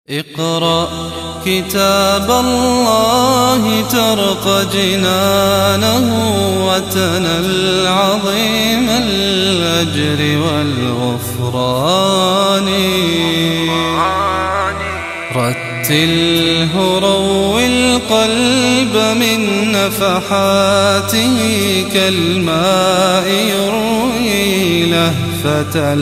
اقرأ كتاب الله ترق جنانه وتنل عظيم الأجر والغفران. رتله روي القلب من نفحاته كالماء يروي لهفة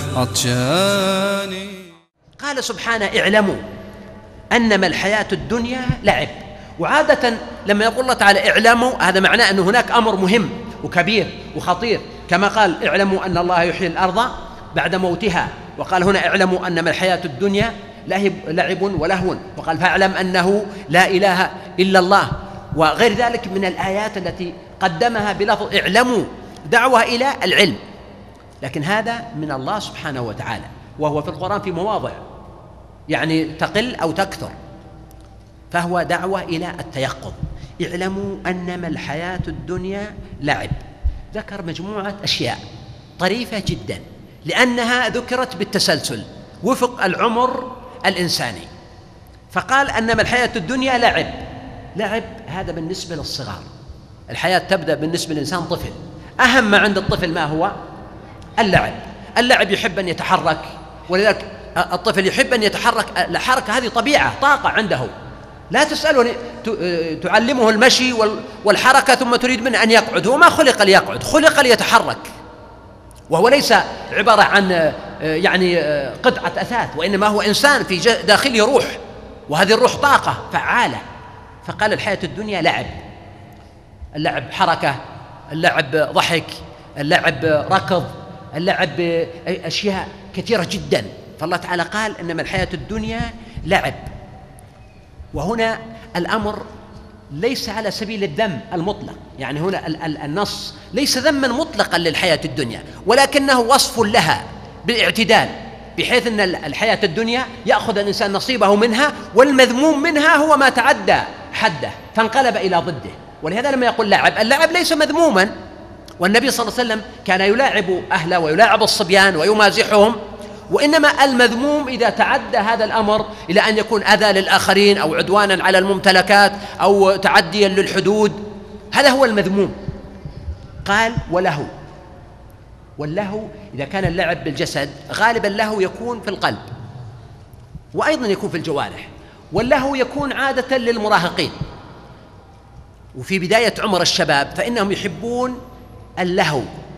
العطشان. قال سبحانه: اعلموا أنما الحياة الدنيا لعب. وعادة لما يقول الله تعالى اعلموا، هذا معناه أن هناك أمر مهم وكبير وخطير، كما قال: اعلموا أن الله يحيي الأرض بعد موتها، وقال هنا: اعلموا أنما الحياة الدنيا لعب ولهو، وقال: فاعلم أنه لا إله إلا الله، وغير ذلك من الآيات التي قدمها بلفظ اعلموا، دعوة إلى العلم. لكن هذا من الله سبحانه وتعالى، وهو في القرآن في مواضع يعني تقل أو تكثر، فهو دعوة إلى التيقظ. اعلموا أنما الحياة الدنيا لعب. ذكر مجموعة أشياء طريفة جدا لأنها ذكرت بالتسلسل وفق العمر الإنساني، فقال أنما الحياة الدنيا لعب. لعب هذا بالنسبة للصغار، الحياة تبدأ بالنسبة للإنسان طفل، أهم ما عند الطفل ما هو؟ اللعب. اللعب يحب أن يتحرك، ولذلك الطفل يحب أن يتحرك. الحركة هذه طبيعة، طاقة عنده، لا تسأله تعلمه المشي والحركة ثم تريد منه أن يقعد. هو ما خلق ليقعد، خلق ليتحرك، وهو ليس عبارة عن يعني قطعة أثاث، وإنما هو إنسان في داخله روح، وهذه الروح طاقة فعالة. فقال الحياة الدنيا لعب. اللعب حركة، اللعب ضحك، اللعب ركض، اللعب أشياء كثيرة جدا. فالله تعالى قال إنما الحياة الدنيا لعب. وهنا الأمر ليس على سبيل الذم المطلق، يعني هنا النص ليس ذما مطلقا للحياة الدنيا، ولكنه وصف لها بالاعتدال، بحيث أن الحياة الدنيا يأخذ الإنسان نصيبه منها، والمذموم منها هو ما تعدى حده فانقلب إلى ضده. ولهذا لما يقول لعب، اللعب ليس مذموما، والنبي صلى الله عليه وسلم كان يلاعب أهله ويلاعب الصبيان ويمازحهم، وإنما المذموم إذا تعدى هذا الأمر إلى أن يكون أذى للآخرين أو عدوانا على الممتلكات أو تعديا للحدود، هذا هو المذموم. قال: ولهو. واللهو إذا كان اللعب بالجسد غالبا اللهو يكون في القلب، وأيضا يكون في الجوارح، واللهو يكون عادة للمراهقين وفي بداية عمر الشباب، فإنهم يحبون اللهو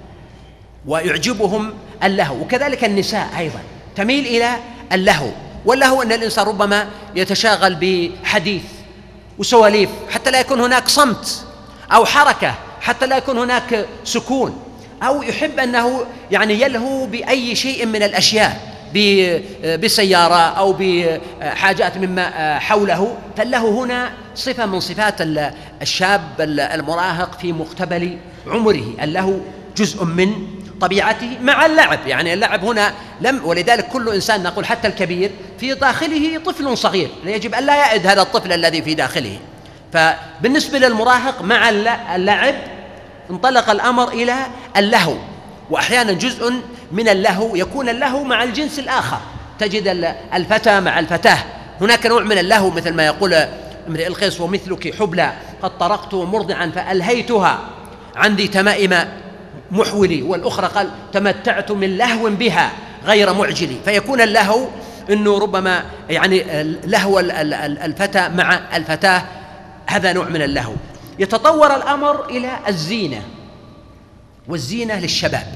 ويعجبهم اللهو، وكذلك النساء أيضا تميل إلى اللهو. واللهو أن الإنسان ربما يتشاغل بحديث وسواليف حتى لا يكون هناك صمت، أو حركة حتى لا يكون هناك سكون، أو يحب أنه يعني يلهو بأي شيء من الأشياء، بسيارة أو بحاجات مما حوله. فاللهو هنا صفة من صفات الشاب المراهق في مقتبل عمره. اللهو جزء من طبيعته مع اللعب، يعني اللعب هنا ولذلك كل إنسان نقول حتى الكبير في داخله طفل صغير، يجب أن لا يعد هذا الطفل الذي في داخله. فبالنسبة للمراهق مع اللعب انطلق الأمر إلى اللهو. وأحيانا جزء من اللهو يكون اللهو مع الجنس الآخر، تجد الفتى مع الفتاة، هناك نوع من اللهو مثل ما يقول امرئ القيس: ومثلك حبلى قد طرقت مرضعا فألهيتها عن ذي تمائم محولي، والأخرى قال: تمتعت من لهو بها غير معجلي. فيكون اللهو أنه ربما يعني لهو الفتى مع الفتاة، هذا نوع من اللهو. يتطور الأمر إلى الزينة، والزينة للشباب،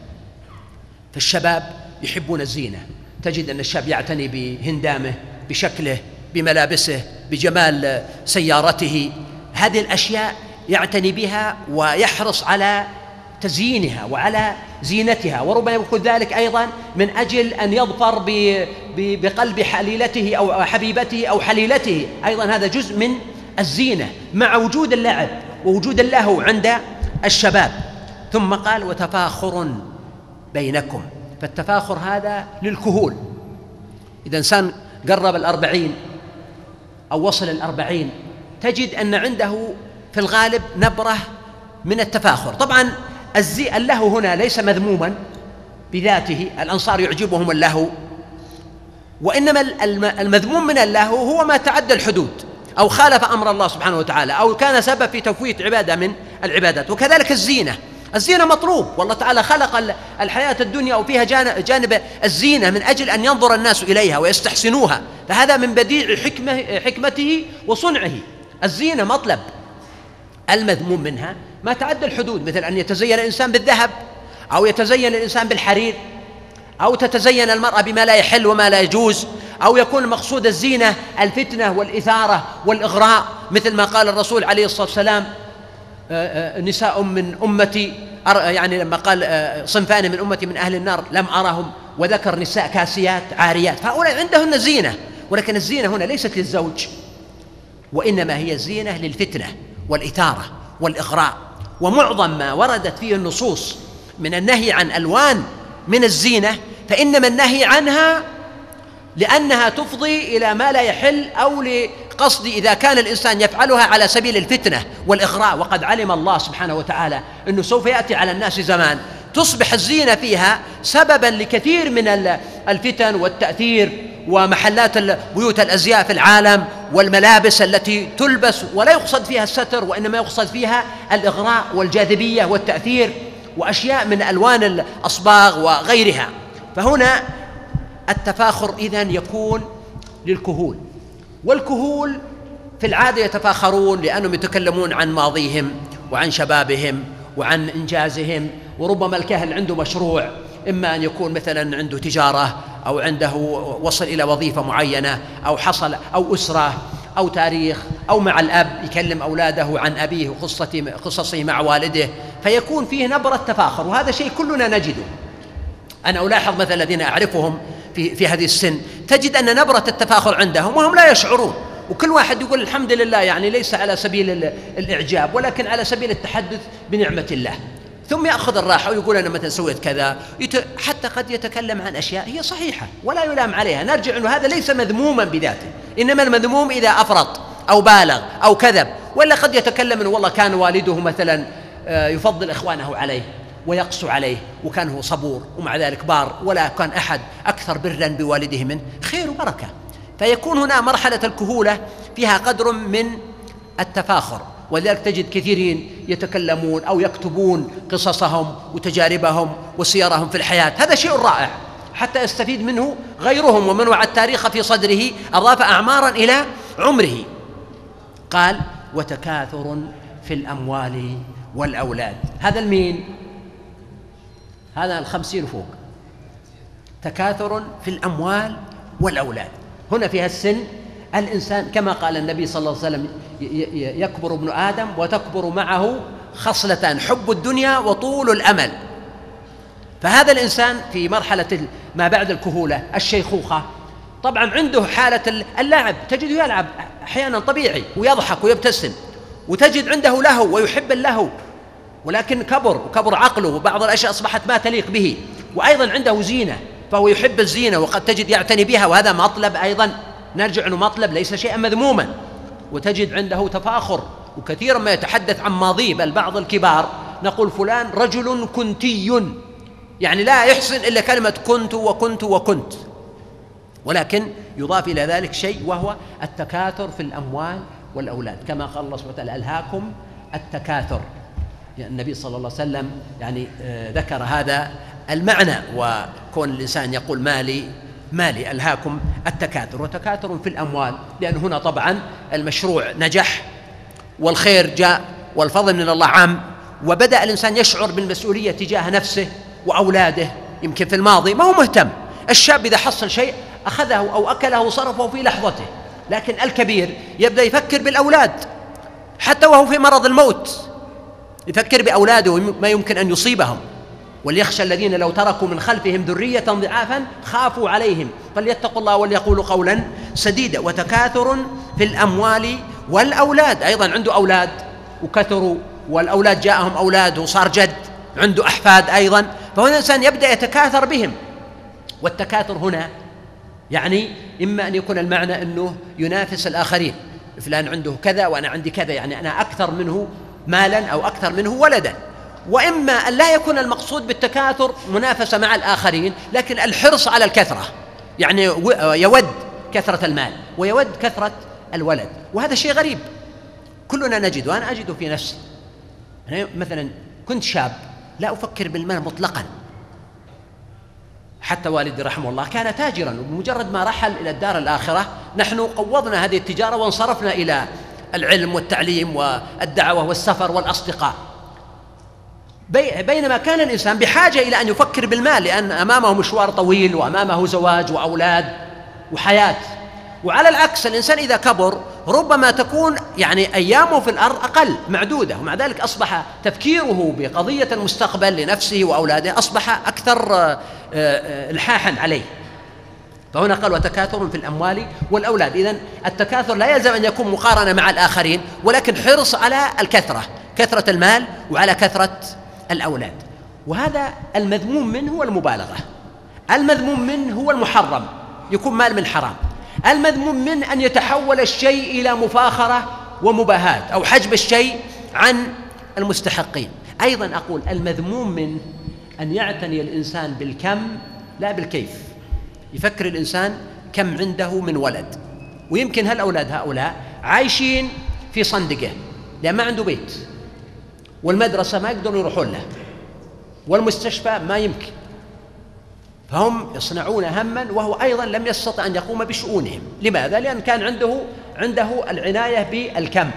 فالشباب يحبون الزينة، تجد أن الشاب يعتني بهندامه، بشكله، بملابسه، بجمال سيارته، هذه الأشياء يعتني بها ويحرص على تزيينها وعلى زينتها، وربما يكون ذلك أيضا من أجل أن يظفر بقلب حليلته أو حبيبته أو حليلته، أيضا هذا جزء من الزينة مع وجود اللعب ووجود اللهو عند الشباب. ثم قال: وتفاخر بينكم. فالتفاخر هذا للكهول، إذا إنسان قرب 40 أو وصل 40 تجد أن عنده في الغالب نبرة من التفاخر. طبعا اللهو هنا ليس مذموما بذاته، الأنصار يعجبهم اللهو وإنما المذموم من اللهو هو ما تعدى الحدود أو خالف أمر الله سبحانه وتعالى أو كان سبب في تفويت عبادة من العبادات. وكذلك الزينة مطلوب، والله تعالى خلق الحياة الدنيا وفيها جانب الزينة من أجل أن ينظر الناس إليها ويستحسنوها، فهذا من بديع حكمته وصنعه. الزينة مطلب. المذموم منها ما تعدى الحدود، مثل أن يتزين الإنسان بالذهب أو يتزين الإنسان بالحرير أو تتزين المرأة بما لا يحل وما لا يجوز، أو يكون مقصود الزينة الفتنة والإثارة والإغراء، مثل ما قال الرسول عليه الصلاة والسلام نساء من أمتي، يعني لما قال صنفان من أمتي من أهل النار لم أرهم، وذكر نساء كاسيات عاريات، فهؤلاء عندهن زينة، ولكن الزينة هنا ليست للزوج، وإنما هي الزينة للفتنة والإثارة والإغراء. ومعظم ما وردت فيه النصوص من النهي عن ألوان من الزينة فإنما النهي عنها لأنها تفضي إلى ما لا يحل أو لقصد إذا كان الإنسان يفعلها على سبيل الفتنة والإغراء. وقد علم الله سبحانه وتعالى أنه سوف يأتي على الناس زمان تصبح الزينة فيها سببا لكثير من الفتن والتأثير، ومحلات بيوت الأزياء في العالم والملابس التي تلبس ولا يقصد فيها الستر وإنما يقصد فيها الإغراء والجاذبية والتأثير، وأشياء من ألوان الأصباغ وغيرها. فهنا التفاخر إذن يكون للكهول، والكهول في العادة يتفاخرون لأنهم يتكلمون عن ماضيهم وعن شبابهم وعن إنجازهم، وربما الكاهل عنده مشروع، إما أن يكون مثلا عنده تجارة أو عنده وصل إلى وظيفة معينة أو حصل أو أسرة أو تاريخ أو مع الأب يكلم أولاده عن أبيه وقصصه مع والده، فيكون فيه نبرة تفاخر، وهذا شيء كلنا نجده. أنا ألاحظ مثلا الذين أعرفهم في هذه السن تجد أن نبرة التفاخر عندهم وهم لا يشعرون، وكل واحد يقول الحمد لله، يعني ليس على سبيل الإعجاب ولكن على سبيل التحدث بنعمة الله، ثم يأخذ الراحة ويقول أنا مثلا سويت كذا، حتى قد يتكلم عن أشياء هي صحيحة ولا يلام عليها. نرجع أنه هذا ليس مذموما بذاته، إنما المذموم إذا أفرط أو بالغ أو كذب، ولا قد يتكلم أنه والله كان والده مثلا يفضل إخوانه عليه ويقسو عليه وكان هو صبور ومع ذلك بار، ولا كان أحد أكثر برا بوالده منه، خير وبركة. فيكون هنا مرحلة الكهولة فيها قدر من التفاخر، ولذلك تجد كثيرين يتكلمون أو يكتبون قصصهم وتجاربهم وسيرهم في الحياة، هذا شيء رائع حتى يستفيد منه غيرهم، ومن وعى التاريخ في صدره أضاف أعمارا إلى عمره. قال وتكاثر في الأموال والأولاد، هذا المين؟ هذا 50 فوق. تكاثر في الأموال والأولاد، هنا في هالسن الإنسان كما قال النبي صلى الله عليه وسلم يكبر ابن آدم وتكبر معه خصلتان، حب الدنيا وطول الأمل. فهذا الإنسان في مرحلة ما بعد الكهولة الشيخوخة طبعا عنده حالة اللعب، تجده يلعب أحيانا طبيعي ويضحك ويبتسم، وتجد عنده لهو ويحب اللهو، ولكن كبر عقله وبعض الأشياء أصبحت ما تليق به، وأيضا عنده زينة فهو يحب الزينة وقد تجد يعتني بها، وهذا مطلب أيضا، نرجع أنه مطلب ليس شيئا مذموما. وتجد عنده تفاخر، وكثيرا ما يتحدث عن ماضيه، بل بعض الكبار نقول فلان رجل كنتي، يعني لا يحسن إلا كلمة كنت وكنت وكنت، ولكن يضاف إلى ذلك شيء وهو التكاثر في الأموال والأولاد، كما قال الله سبحانه وتعالى ألهاكم التكاثر. يعني النبي صلى الله عليه وسلم يعني ذكر هذا المعنى، وكون الإنسان يقول مالي ألهاكم التكاثر، وتكاثر في الأموال، لأن هنا طبعا المشروع نجح والخير جاء والفضل من الله عام، وبدأ الإنسان يشعر بالمسؤولية تجاه نفسه وأولاده. يمكن في الماضي ما هو مهتم، الشاب إذا حصل شيء أخذه أو أكله وصرفه في لحظته، لكن الكبير يبدأ يفكر بالأولاد، حتى وهو في مرض الموت يفكر بأولاده وما يمكن أن يصيبهم. وليخشى الذين لو تركوا من خلفهم ذرية ضعافا خافوا عليهم فليتقوا الله وليقولوا قولا سديدا. وتكاثر في الأموال والأولاد، أيضا عنده أولاد وكثروا، والأولاد جاءهم أولاد وصار جد، عنده أحفاد أيضا، فهنا الإنسان يبدأ يتكاثر بهم. والتكاثر هنا يعني إما أن يكون المعنى أنه ينافس الآخرين، فلان عنده كذا وأنا عندي كذا، يعني أنا أكثر منه مالا أو أكثر منه ولدا، وإما أن لا يكون المقصود بالتكاثر منافسة مع الآخرين، لكن الحرص على الكثرة، يعني يود كثرة المال ويود كثرة الولد، وهذا شيء غريب كلنا نجد، وأنا أجده في نفسي. أنا مثلا كنت شاب لا أفكر بالمال مطلقا، حتى والدي رحمه الله كان تاجرا، وبمجرد ما رحل إلى الدار الآخرة نحن قوضنا هذه التجارة وانصرفنا إلى العلم والتعليم والدعوة والسفر والأصدقاء، بينما كان الإنسان بحاجة إلى أن يفكر بالمال، لأن أمامه مشوار طويل وأمامه زواج وأولاد وحياة. وعلى العكس الإنسان إذا كبر ربما تكون يعني أيامه في الأرض أقل معدودة، ومع ذلك أصبح تفكيره بقضية المستقبل لنفسه وأولاده أصبح أكثر إلحاحا عليه. فهنا قال وتكاثر في الأموال والأولاد. إذن التكاثر لا يلزم أن يكون مقارنة مع الآخرين، ولكن حرص على الكثرة، كثرة المال وعلى كثرة الأولاد. وهذا المذموم منه هو المبالغة، المذموم منه هو المحرم، يكون مال من حرام. المذموم منه أن يتحول الشيء إلى مفاخرة ومباهات أو حجب الشيء عن المستحقين. أيضا أقول المذموم منه أن يعتني الإنسان بالكم لا بالكيف. يفكر الإنسان كم عنده من ولد، ويمكن هالأولاد هؤلاء عايشين في صندقة لأن ما عنده بيت، والمدرسة ما يقدروا يروحون له، والمستشفى ما يمكن، فهم يصنعون هما وهو أيضا لم يستطع أن يقوم بشؤونهم. لماذا؟ لأن كان عنده العناية بالكم.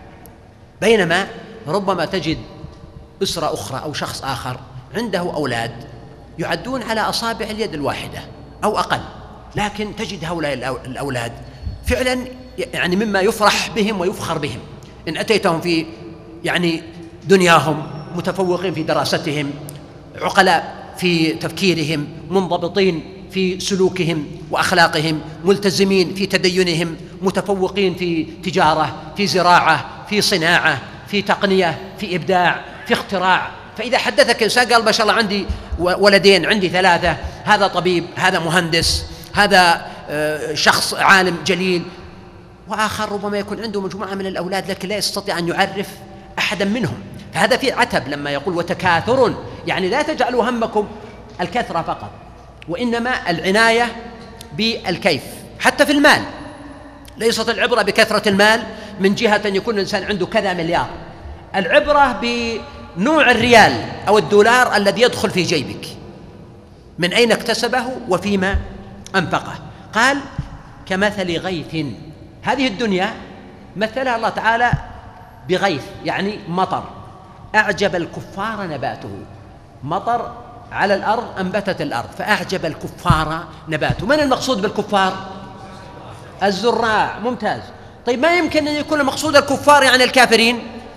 بينما ربما تجد أسرة أخرى أو شخص آخر عنده أولاد يعدون على أصابع اليد الواحدة أو أقل، لكن تجد هؤلاء الأولاد فعلا يعني مما يفرح بهم ويفخر بهم. إن أتيتهم في يعني دنياهم متفوقين في دراستهم، عقلاء في تفكيرهم، منضبطين في سلوكهم وأخلاقهم، ملتزمين في تدينهم، متفوقين في تجارة، في زراعة، في صناعة، في تقنية، في إبداع، في اختراع. فإذا حدثك إنسان قال ما شاء الله عندي ولدين، عندي 3، هذا طبيب، هذا مهندس، هذا شخص عالم جليل، وآخر ربما يكون عنده مجموعة من الأولاد لكن لا يستطيع أن يعرف أحدا منهم. فهذا في عتب لما يقول وتكاثر، يعني لا تجعلوا همكم الكثرة فقط، وإنما العناية بالكيف. حتى في المال ليست العبرة بكثرة المال من جهة أن يكون الإنسان عنده كذا مليار، العبرة بنوع الريال أو الدولار الذي يدخل في جيبك، من أين اكتسبه وفيما أنفقه. قال كمثل غيث، هذه الدنيا مثلها الله تعالى بغيث يعني مطر، أعجب الكفار نباته، مطر على الأرض أنبتت الأرض فأعجب الكفار نباته. من المقصود بالكفار؟ الزراع. ممتاز. طيب ما يمكن أن يكون المقصود الكفار يعني الكافرين؟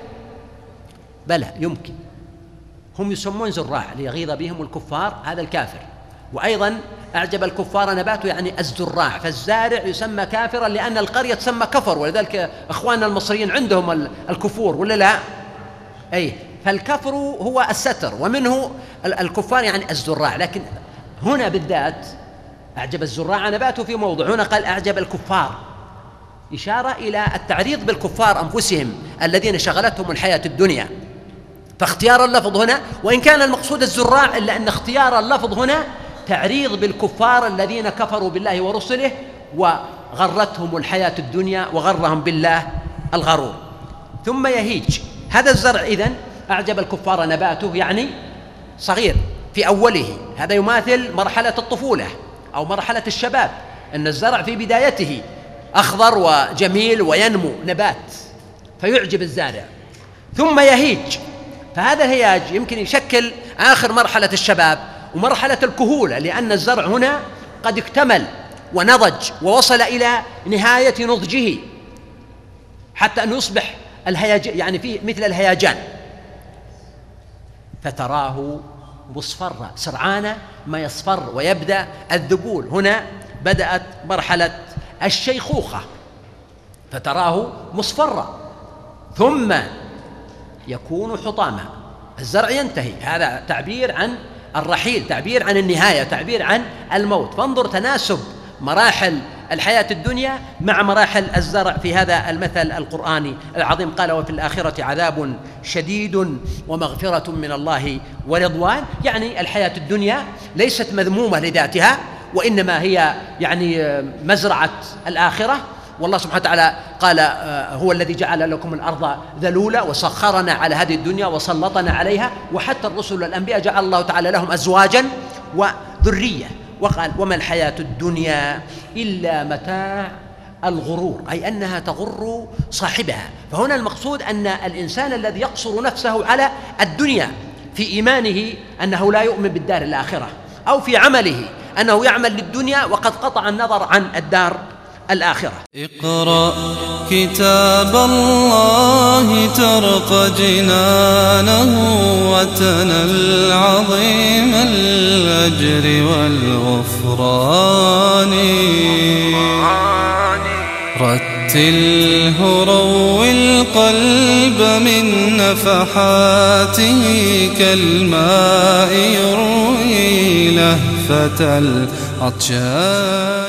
بلى يمكن، هم يسمون زراع ليغيظ بهم الكفار هذا الكافر. وأيضا أعجب الكفار نباته يعني الزراع، فالزارع يسمى كافرا لأن القرية تسمى كفر، ولذلك أخواننا المصريين عندهم الكفور ولا لا؟ أي، فالكفر هو الستر ومنه الكفار يعني الزراع. لكن هنا بالذات أعجب الزراع نباته في موضع، هنا قال أعجب الكفار، إشارة إلى التعريض بالكفار أنفسهم الذين شغلتهم الحياة الدنيا. فاختيار اللفظ هنا وإن كان المقصود الزراع، إلا أن اختيار اللفظ هنا تعريض بالكفار الذين كفروا بالله ورسله وغرتهم الحياة الدنيا وغرهم بالله الغرور. ثم يهيج هذا الزرع، إذن أعجب الكفار نباته يعني صغير في أوله، هذا يماثل مرحلة الطفولة أو مرحلة الشباب، أن الزرع في بدايته أخضر وجميل وينمو نبات فيعجب الزارع. ثم يهيج، فهذا الهياج يمكن يشكل آخر مرحلة الشباب ومرحلة الكهولة، لأن الزرع هنا قد اكتمل ونضج ووصل إلى نهاية نضجه حتى أن يصبح يعني فيه مثل الهياجان، فتراه مصفرا، سرعان ما يصفر ويبدأ الذبول. هنا بدأت مرحلة الشيخوخة، فتراه مصفرا ثم يكون حطاما، الزرع ينتهي، هذا تعبير عن الرحيل، تعبير عن النهاية، تعبير عن الموت. فانظر تناسب مراحل الحياة الدنيا مع مراحل الزرع في هذا المثل القرآني العظيم. قال وفي الآخرة عذاب شديد ومغفرة من الله ورضوان، يعني الحياة الدنيا ليست مذمومة لذاتها وإنما هي يعني مزرعة الآخرة. والله سبحانه وتعالى قال هو الذي جعل لكم الأرض ذلولا وسخرنا على هذه الدنيا وسلطنا عليها. وحتى الرسل والأنبياء جعل الله تعالى لهم أزواجا وذرية، وقال وما الحياة الدنيا إلا متاع الغرور، أي أنها تغر صاحبها. فهنا المقصود أن الإنسان الذي يقصر نفسه على الدنيا في إيمانه أنه لا يؤمن بالدار الآخرة، أو في عمله أنه يعمل للدنيا وقد قطع النظر عن الدار الآخرة. اقرأ كتاب الله ترق جنانه وتنل عظيم الأجر والغفران. رتله روي القلب من نفحاته كالماء يروي لهفة العطشان.